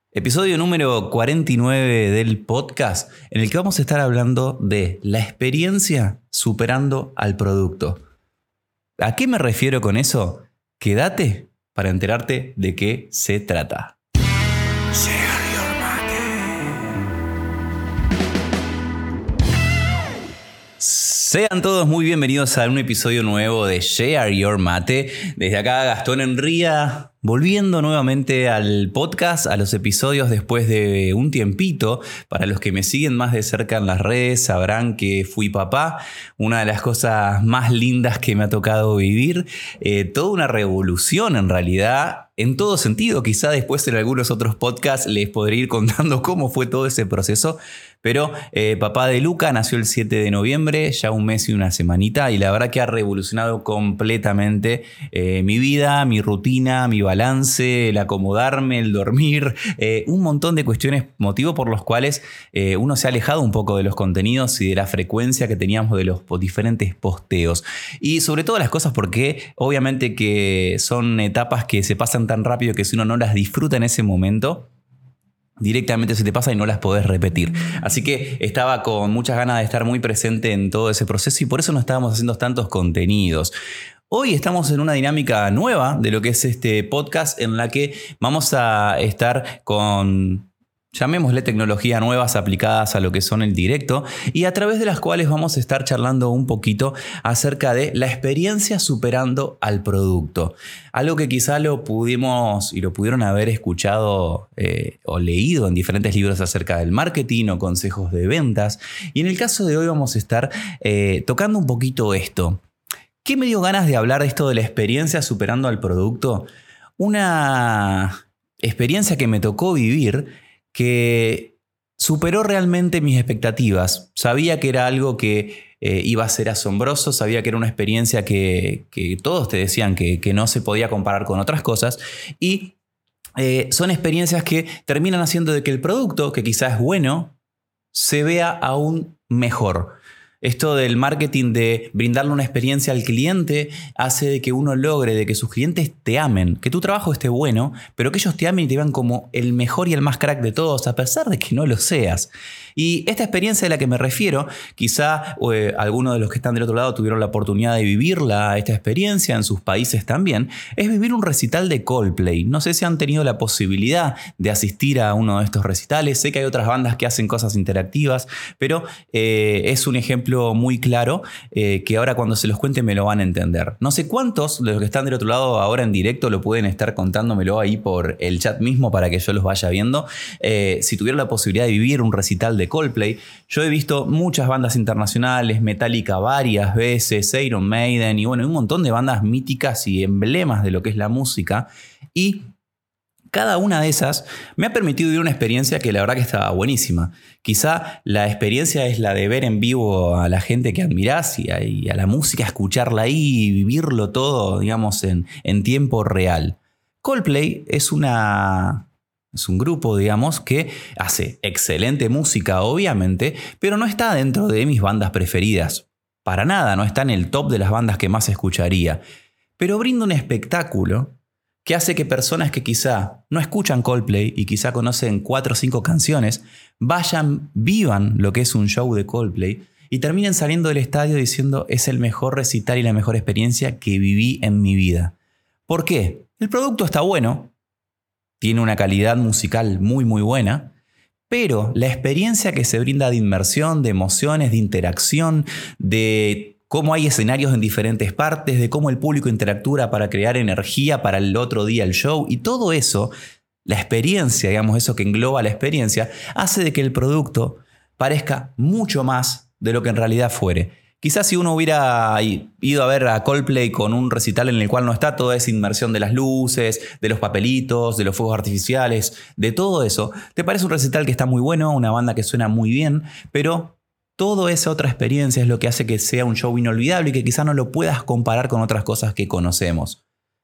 Episodio número 49 del podcast, en el que vamos a estar hablando de la experiencia superando al producto. ¿A qué me refiero con eso? Quédate para enterarte de qué se trata. Sean todos muy bienvenidos a un episodio nuevo de Share Your Mate. Desde acá Gastón Enría, volviendo nuevamente al podcast, a los episodios después de un tiempito. Para los que me siguen más de cerca en las redes sabrán que fui papá. Una de las cosas más lindas que me ha tocado vivir. Toda una revolución en realidad, en todo sentido. Quizá después en algunos otros podcasts les podré ir contando cómo fue todo ese proceso. Pero papá de Luca nació el 7 de noviembre, ya un mes y una semanita, y la verdad que ha revolucionado completamente mi vida, mi rutina, mi balance, el acomodarme, el dormir, un montón de cuestiones, motivo por los cuales uno se ha alejado un poco de los contenidos y de la frecuencia que teníamos de los diferentes posteos. Y sobre todo las cosas porque obviamente que son etapas que se pasan tan rápido que si uno no las disfruta en ese momento, directamente se te pasa y no las podés repetir. Así que estaba con muchas ganas de estar muy presente en todo ese proceso y por eso no estábamos haciendo tantos contenidos. Hoy estamos en una dinámica nueva de lo que es este podcast en la que vamos a estar con, llamémosle, tecnología nuevas aplicadas a lo que son el directo y a través de las cuales vamos a estar charlando un poquito acerca de la experiencia superando al producto. Algo que quizá lo pudimos y lo pudieron haber escuchado o leído en diferentes libros acerca del marketing o consejos de ventas. Y en el caso de hoy vamos a estar tocando un poquito esto. ¿Qué me dio ganas de hablar de esto de la experiencia superando al producto? Una experiencia que me tocó vivir que superó realmente mis expectativas. Sabía que era algo que iba a ser asombroso, sabía que era una experiencia que todos te decían que no se podía comparar con otras cosas y son experiencias que terminan haciendo de que el producto, que quizás es bueno, se vea aún mejor. Esto del marketing de brindarle una experiencia al cliente hace de que uno logre de que sus clientes te amen, que tu trabajo esté bueno, pero que ellos te amen y te vean como el mejor y el más crack de todos, a pesar de que no lo seas. Y esta experiencia de la que me refiero, quizá algunos de los que están del otro lado tuvieron la oportunidad de vivirla, esta experiencia en sus países también, es vivir un recital de Coldplay. No sé si han tenido la posibilidad de asistir a uno de estos recitales. Sé que hay otras bandas que hacen cosas interactivas, pero es un ejemplo muy claro que ahora cuando se los cuente me lo van a entender. No sé cuántos de los que están del otro lado ahora en directo lo pueden estar contándomelo ahí por el chat mismo para que yo los vaya viendo. Si tuvieron la posibilidad de vivir un recital de Coldplay, yo he visto muchas bandas internacionales, Metallica varias veces, Iron Maiden y bueno, un montón de bandas míticas y emblemas de lo que es la música y cada una de esas me ha permitido vivir una experiencia que la verdad que estaba buenísima. Quizá la experiencia es la de ver en vivo a la gente que admirás y a la música, escucharla ahí y vivirlo todo, digamos, en tiempo real. Coldplay es un grupo, digamos, que hace excelente música, obviamente, pero no está dentro de mis bandas preferidas. Para nada, no está en el top de las bandas que más escucharía. Pero brinda un espectáculo que hace que personas que quizá no escuchan Coldplay y quizá conocen 4 o 5 canciones, vayan, vivan lo que es un show de Coldplay y terminen saliendo del estadio diciendo es el mejor recital y la mejor experiencia que viví en mi vida. ¿Por qué? El producto está bueno, tiene una calidad musical muy muy buena, pero la experiencia que se brinda de inmersión, de emociones, de interacción, de cómo hay escenarios en diferentes partes, de cómo el público interactúa para crear energía para el otro día el show y todo eso, la experiencia, digamos, eso que engloba la experiencia, hace de que el producto parezca mucho más de lo que en realidad fuere. Quizás si uno hubiera ido a ver a Coldplay con un recital en el cual no está toda esa inmersión de las luces, de los papelitos, de los fuegos artificiales, de todo eso, te parece un recital que está muy bueno, una banda que suena muy bien, pero toda esa otra experiencia es lo que hace que sea un show inolvidable y que quizá no lo puedas comparar con otras cosas que conocemos.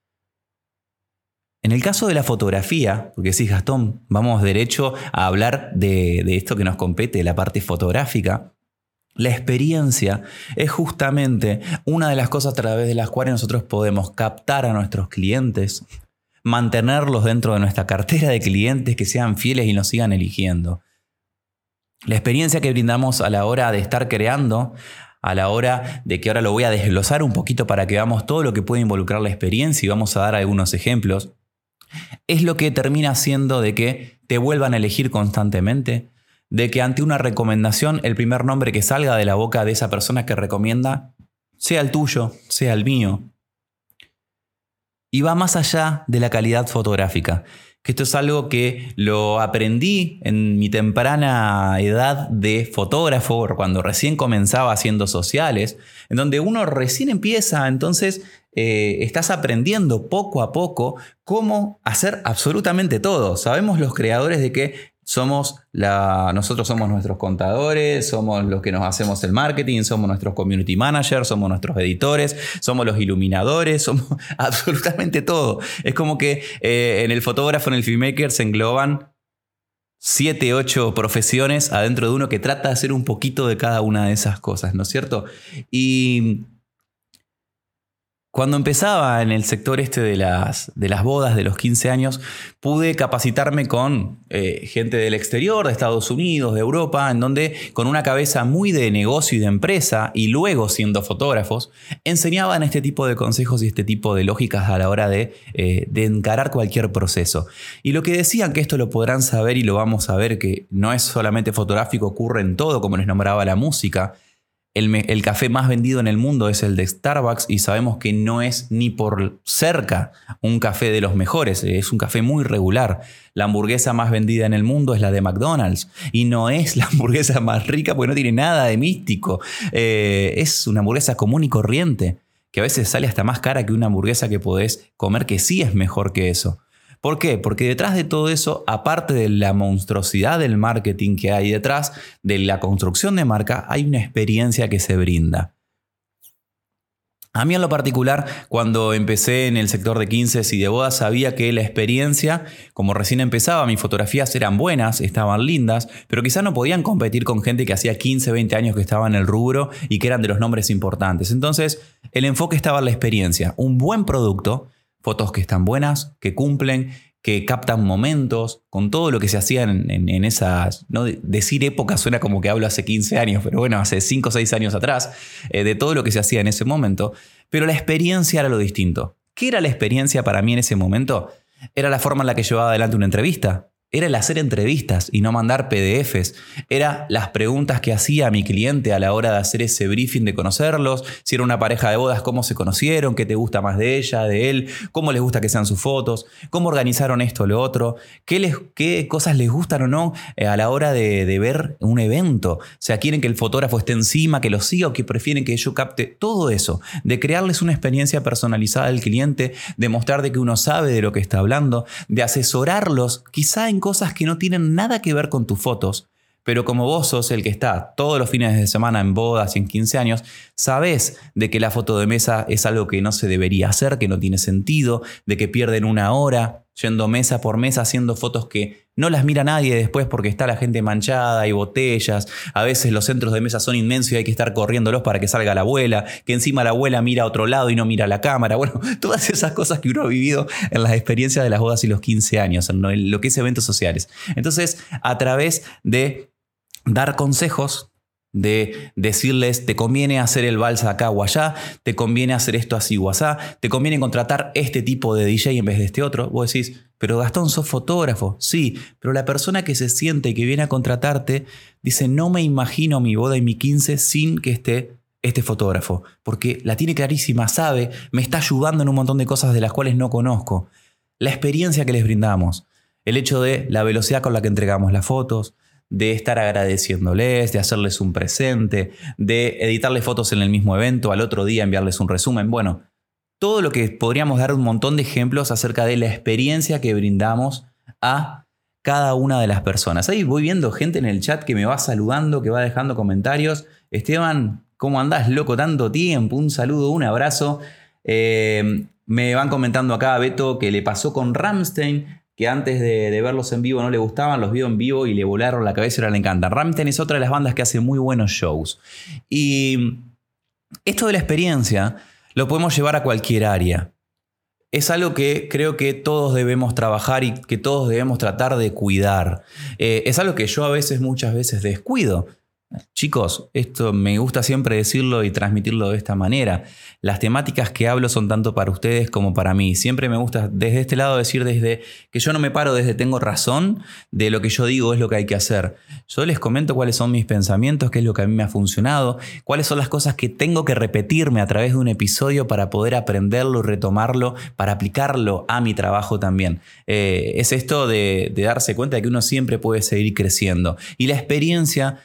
En el caso de la fotografía, porque sí, Gastón, vamos derecho a hablar de esto que nos compete, la parte fotográfica. La experiencia es justamente una de las cosas a través de las cuales nosotros podemos captar a nuestros clientes, mantenerlos dentro de nuestra cartera de clientes, que sean fieles y nos sigan eligiendo. La experiencia que brindamos a la hora de estar creando, a la hora de que ahora lo voy a desglosar un poquito para que veamos todo lo que puede involucrar la experiencia y vamos a dar algunos ejemplos, es lo que termina haciendo de que te vuelvan a elegir constantemente, de que ante una recomendación el primer nombre que salga de la boca de esa persona que recomienda sea el tuyo, sea el mío. Y va más allá de la calidad fotográfica, que esto es algo que lo aprendí en mi temprana edad de fotógrafo, cuando recién comenzaba haciendo sociales, en donde uno recién empieza, entonces estás aprendiendo poco a poco cómo hacer absolutamente todo. Sabemos los creadores de que nosotros somos nuestros contadores, somos los que nos hacemos el marketing, somos nuestros community managers, somos nuestros editores, somos los iluminadores, somos absolutamente todo. Es como que en el fotógrafo, en el filmmaker se engloban 7, 8 profesiones adentro de uno que trata de hacer un poquito de cada una de esas cosas, ¿no es cierto? Y cuando empezaba en el sector de las bodas, de los 15 años, pude capacitarme con gente del exterior, de Estados Unidos, de Europa, en donde con una cabeza muy de negocio y de empresa, y luego siendo fotógrafos, enseñaban este tipo de consejos y este tipo de lógicas a la hora de encarar cualquier proceso. Y lo que decían, que esto lo podrán saber y lo vamos a ver, que no es solamente fotográfico, ocurre en todo, como les nombraba la música. El café más vendido en el mundo es el de Starbucks y sabemos que no es ni por cerca un café de los mejores, es un café muy regular. La hamburguesa más vendida en el mundo es la de McDonald's y no es la hamburguesa más rica porque no tiene nada de místico. Es una hamburguesa común y corriente, que a veces sale hasta más cara que una hamburguesa que podés comer, que sí es mejor que eso. ¿Por qué? Porque detrás de todo eso, aparte de la monstruosidad del marketing que hay detrás, de la construcción de marca, hay una experiencia que se brinda. A mí en lo particular, cuando empecé en el sector de 15 y de bodas, sabía que la experiencia, como recién empezaba, mis fotografías eran buenas, estaban lindas, pero quizás no podían competir con gente que hacía 15, 20 años que estaba en el rubro y que eran de los nombres importantes. Entonces, el enfoque estaba en la experiencia. Un buen producto, fotos que están buenas, que cumplen, que captan momentos, con todo lo que se hacía en esas, no decir época suena como que hablo hace 15 años, pero bueno, hace 5 o 6 años atrás, de todo lo que se hacía en ese momento, pero la experiencia era lo distinto. ¿Qué era la experiencia para mí en ese momento? Era la forma en la que llevaba adelante una entrevista. Era el hacer entrevistas y no mandar PDFs. Era las preguntas que hacía a mi cliente a la hora de hacer ese briefing de conocerlos. Si era una pareja de bodas, cómo se conocieron, qué te gusta más de ella, de él, cómo les gusta que sean sus fotos, cómo organizaron esto o lo otro, qué cosas les gustan o no a la hora de ver un evento. O sea, quieren que el fotógrafo esté encima, que lo siga o que prefieren que yo capte todo eso. De crearles una experiencia personalizada al cliente, de mostrar de que uno sabe de lo que está hablando, de asesorarlos quizá en cosas que no tienen nada que ver con tus fotos, pero como vos sos el que está todos los fines de semana en bodas y en 15 años, sabés de que la foto de mesa es algo que no se debería hacer, que no tiene sentido, de que pierden una hora yendo mesa por mesa haciendo fotos que no las mira nadie después porque está la gente manchada y botellas. A veces los centros de mesa son inmensos y hay que estar corriéndolos para que salga la abuela, que encima la abuela mira a otro lado y no mira a la cámara. Bueno, todas esas cosas que uno ha vivido en las experiencias de las bodas y los 15 años, en lo que es eventos sociales. Entonces, a través de dar consejos, de decirles, te conviene hacer el vals acá o allá, te conviene hacer esto así o asá, te conviene contratar este tipo de DJ en vez de este otro. Vos decís, pero Gastón, sos fotógrafo. Sí, pero la persona que se siente y que viene a contratarte dice, no me imagino mi boda y mi 15 sin que esté este fotógrafo, porque la tiene clarísima, sabe, me está ayudando en un montón de cosas de las cuales no conozco. La experiencia que les brindamos, el hecho de la velocidad con la que entregamos las fotos, de estar agradeciéndoles, de hacerles un presente, de editarles fotos en el mismo evento, al otro día enviarles un resumen. Bueno, todo lo que podríamos dar un montón de ejemplos acerca de la experiencia que brindamos a cada una de las personas. Ahí voy viendo gente en el chat que me va saludando, que va dejando comentarios. Esteban, ¿cómo andás, loco? Tanto tiempo. Un saludo, un abrazo. Me van comentando acá, Beto, que le pasó con Rammstein, que antes de verlos en vivo no le gustaban, los vio en vivo y le volaron la cabeza y ahora le encantan. Rammstein es otra de las bandas que hace muy buenos shows. Y esto de la experiencia lo podemos llevar a cualquier área. es algo que creo que todos debemos trabajar y que todos debemos tratar de cuidar. Es algo que yo muchas veces descuido. Chicos, esto me gusta siempre decirlo y transmitirlo de esta manera. Las temáticas que hablo son tanto para ustedes como para mí. Siempre me gusta desde este lado decir desde que yo no me paro desde tengo razón, de lo que yo digo es lo que hay que hacer. Yo les comento cuáles son mis pensamientos, qué es lo que a mí me ha funcionado, cuáles son las cosas que tengo que repetirme a través de un episodio para poder aprenderlo y retomarlo, para aplicarlo a mi trabajo también. Es esto de darse cuenta de que uno siempre puede seguir creciendo. Y la experiencia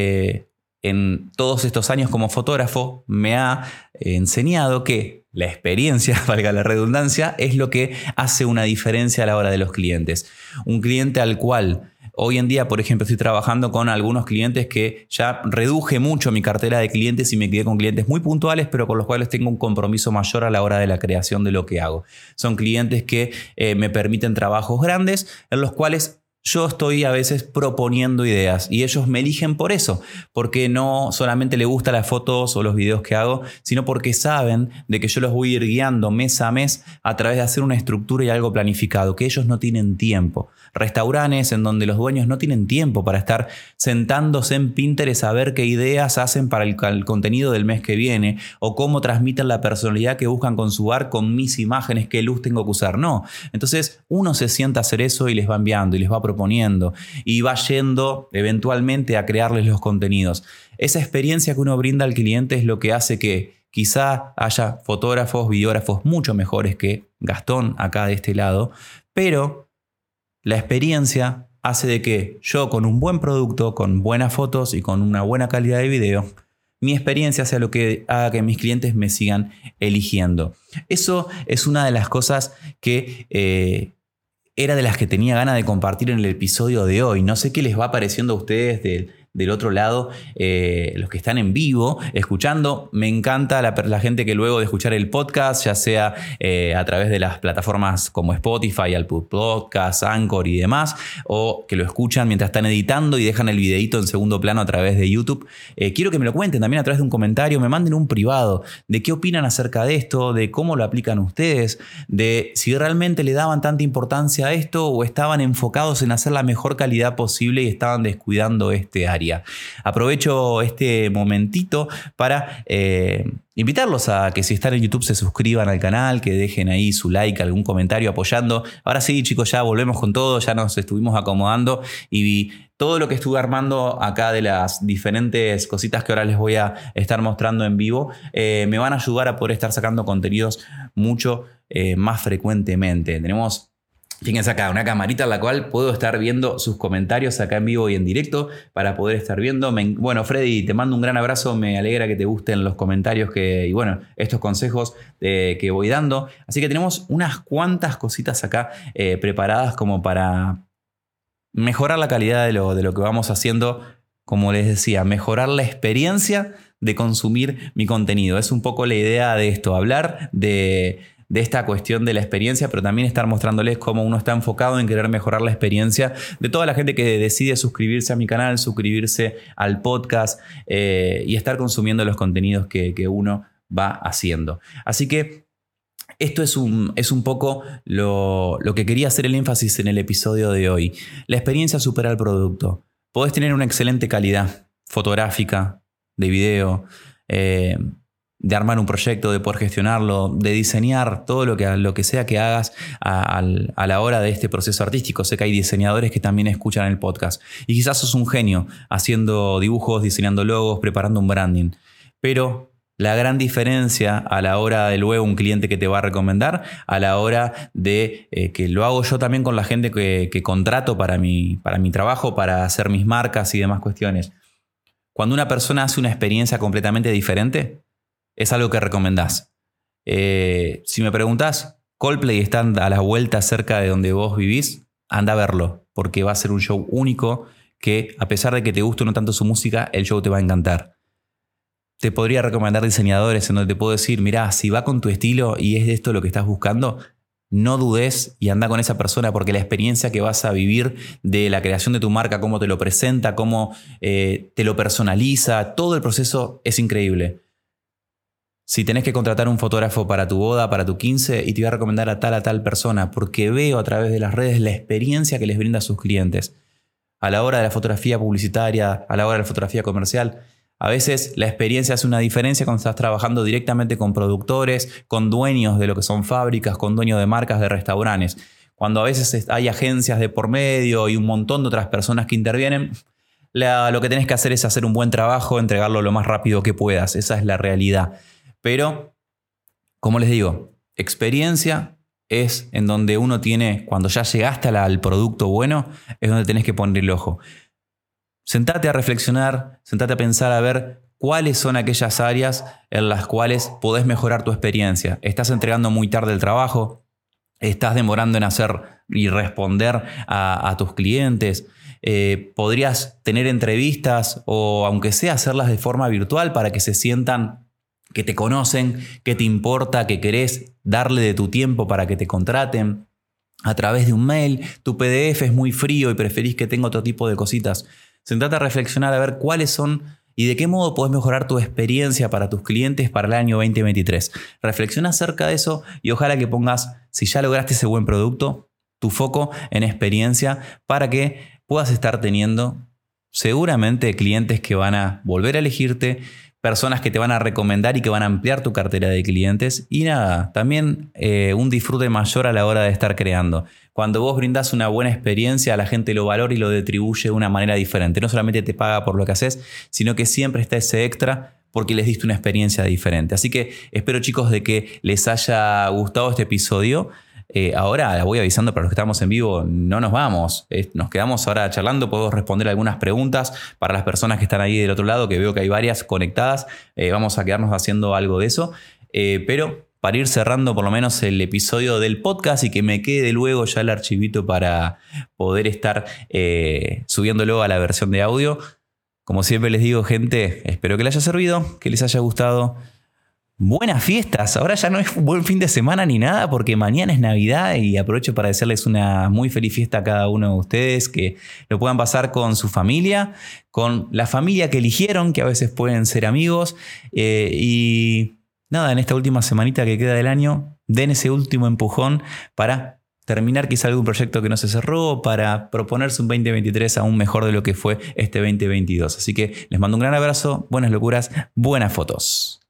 en todos estos años como fotógrafo me ha enseñado que la experiencia, valga la redundancia, es lo que hace una diferencia a la hora de los clientes. Un cliente al cual hoy en día, por ejemplo, estoy trabajando con algunos clientes que ya reduje mucho mi cartera de clientes y me quedé con clientes muy puntuales, pero con los cuales tengo un compromiso mayor a la hora de la creación de lo que hago. Son clientes que me permiten trabajos grandes en los cuales yo estoy a veces proponiendo ideas y ellos me eligen por eso, porque no solamente les gustan las fotos o los videos que hago, sino porque saben de que yo los voy a ir guiando mes a mes a través de hacer una estructura y algo planificado, que ellos no tienen tiempo. Restaurantes en donde los dueños no tienen tiempo para estar sentándose en Pinterest a ver qué ideas hacen para el contenido del mes que viene o cómo transmiten la personalidad que buscan con su bar, con mis imágenes, qué luz tengo que usar. No. Entonces uno se sienta a hacer eso y les va enviando y les va proponiendo y va yendo eventualmente a crearles los contenidos. Esa experiencia que uno brinda al cliente es lo que hace que quizá haya fotógrafos, videógrafos mucho mejores que Gastón acá de este lado, pero la experiencia hace de que yo con un buen producto, con buenas fotos y con una buena calidad de video, mi experiencia sea lo que haga que mis clientes me sigan eligiendo. Eso es una de las cosas que era de las que tenía ganas de compartir en el episodio de hoy. No sé qué les va pareciendo a ustedes del otro lado, los que están en vivo escuchando. Me encanta la gente que luego de escuchar el podcast, ya sea a través de las plataformas como Spotify, Apple Podcasts, Anchor y demás, o que lo escuchan mientras están editando y dejan el videito en segundo plano a través de YouTube. Quiero que me lo cuenten también a través de un comentario, me manden un privado de qué opinan acerca de esto, de cómo lo aplican ustedes, de si realmente le daban tanta importancia a esto o estaban enfocados en hacer la mejor calidad posible y estaban descuidando este área. Aprovecho este momentito para invitarlos a que si están en YouTube se suscriban al canal, que dejen ahí su like, algún comentario apoyando. Ahora sí, chicos, ya volvemos con todo, ya nos estuvimos acomodando y todo lo que estuve armando acá de las diferentes cositas que ahora les voy a estar mostrando en vivo me van a ayudar a poder estar sacando contenidos mucho más frecuentemente. Tenemos, fíjense acá, una camarita en la cual puedo estar viendo sus comentarios acá en vivo y en directo para poder estar viendo. Bueno, Freddy, te mando un gran abrazo. Me alegra que te gusten los comentarios y bueno, estos consejos que voy dando. Así que tenemos unas cuantas cositas acá preparadas como para mejorar la calidad de lo que vamos haciendo. Como les decía, mejorar la experiencia de consumir mi contenido. Es un poco la idea de esto, hablar de esta cuestión de la experiencia, pero también estar mostrándoles cómo uno está enfocado en querer mejorar la experiencia de toda la gente que decide suscribirse a mi canal, suscribirse al podcast y estar consumiendo los contenidos que uno va haciendo. Así que esto es un poco lo que quería hacer el énfasis en el episodio de hoy. La experiencia supera el producto. Podés tener una excelente calidad fotográfica, de video, de armar un proyecto, de poder gestionarlo, de diseñar todo lo que sea que hagas a la hora de este proceso artístico. Sé que hay diseñadores que también escuchan el podcast y quizás sos un genio haciendo dibujos, diseñando logos, preparando un branding. Pero la gran diferencia a la hora de luego un cliente que te va a recomendar, a la hora de que lo hago yo también con la gente que contrato para mi trabajo, para hacer mis marcas y demás cuestiones. Cuando una persona hace una experiencia completamente diferente, es algo que recomendás. Si me preguntás, Coldplay está a la vuelta cerca de donde vos vivís, anda a verlo, porque va a ser un show único que, a pesar de que te guste o no tanto su música, el show te va a encantar. Te podría recomendar diseñadores en donde te puedo decir, mirá, si va con tu estilo y es esto lo que estás buscando, no dudes y anda con esa persona, porque la experiencia que vas a vivir de la creación de tu marca, cómo te lo presenta, cómo te lo personaliza, todo el proceso es increíble. si tenés que contratar un fotógrafo para tu boda, para tu 15, y te voy a recomendar a tal persona, porque veo a través de las redes la experiencia que les brinda a sus clientes. A la hora de la fotografía publicitaria, a la hora de la fotografía comercial, a veces la experiencia hace una diferencia cuando estás trabajando directamente con productores, con dueños de lo que son fábricas, con dueños de marcas de restaurantes. Cuando a veces hay agencias de por medio y un montón de otras personas que intervienen, lo que tenés que hacer es hacer un buen trabajo, entregarlo lo más rápido que puedas. Esa es la realidad. Pero, como les digo, experiencia es en donde uno tiene, cuando ya llegaste al producto bueno, es donde tenés que poner el ojo. Sentate a reflexionar, sentate a pensar a ver cuáles son aquellas áreas en las cuales podés mejorar tu experiencia. ¿Estás entregando muy tarde el trabajo? ¿Estás demorando en hacer y responder a tus clientes? ¿Podrías tener entrevistas o aunque sea hacerlas de forma virtual para que se sientan que te conocen, que te importa, que querés darle de tu tiempo para que te contraten a través de un mail? Tu PDF es muy frío y preferís que tenga otro tipo de cositas. Sentate a reflexionar a ver cuáles son y de qué modo podés mejorar tu experiencia para tus clientes para el año 2023. Reflexiona acerca de eso y ojalá que pongas, si ya lograste ese buen producto, tu foco en experiencia para que puedas estar teniendo seguramente clientes que van a volver a elegirte, personas que te van a recomendar y que van a ampliar tu cartera de clientes y nada, también un disfrute mayor a la hora de estar creando. Cuando vos brindás una buena experiencia, la gente lo valora y lo distribuye de una manera diferente. No solamente te paga por lo que haces, sino que siempre está ese extra porque les diste una experiencia diferente. Así que espero, chicos, de que les haya gustado este episodio. Ahora les voy avisando para los que estamos en vivo, no nos vamos, nos quedamos ahora charlando, puedo responder algunas preguntas para las personas que están ahí del otro lado, que veo que hay varias conectadas, vamos a quedarnos haciendo algo de eso, pero para ir cerrando por lo menos el episodio del podcast y que me quede luego ya el archivito para poder estar subiéndolo a la versión de audio. Como siempre les digo, gente, espero que les haya servido, que les haya gustado. Buenas fiestas, ahora ya no es un buen fin de semana ni nada porque mañana es Navidad y aprovecho para desearles una muy feliz fiesta a cada uno de ustedes, que lo puedan pasar con su familia, con la familia que eligieron, que a veces pueden ser amigos y nada, en esta última semanita que queda del año, den ese último empujón para terminar quizá algún proyecto que no se cerró, para proponerse un 2023 aún mejor de lo que fue este 2022. Así que les mando un gran abrazo, buenas locuras, buenas fotos.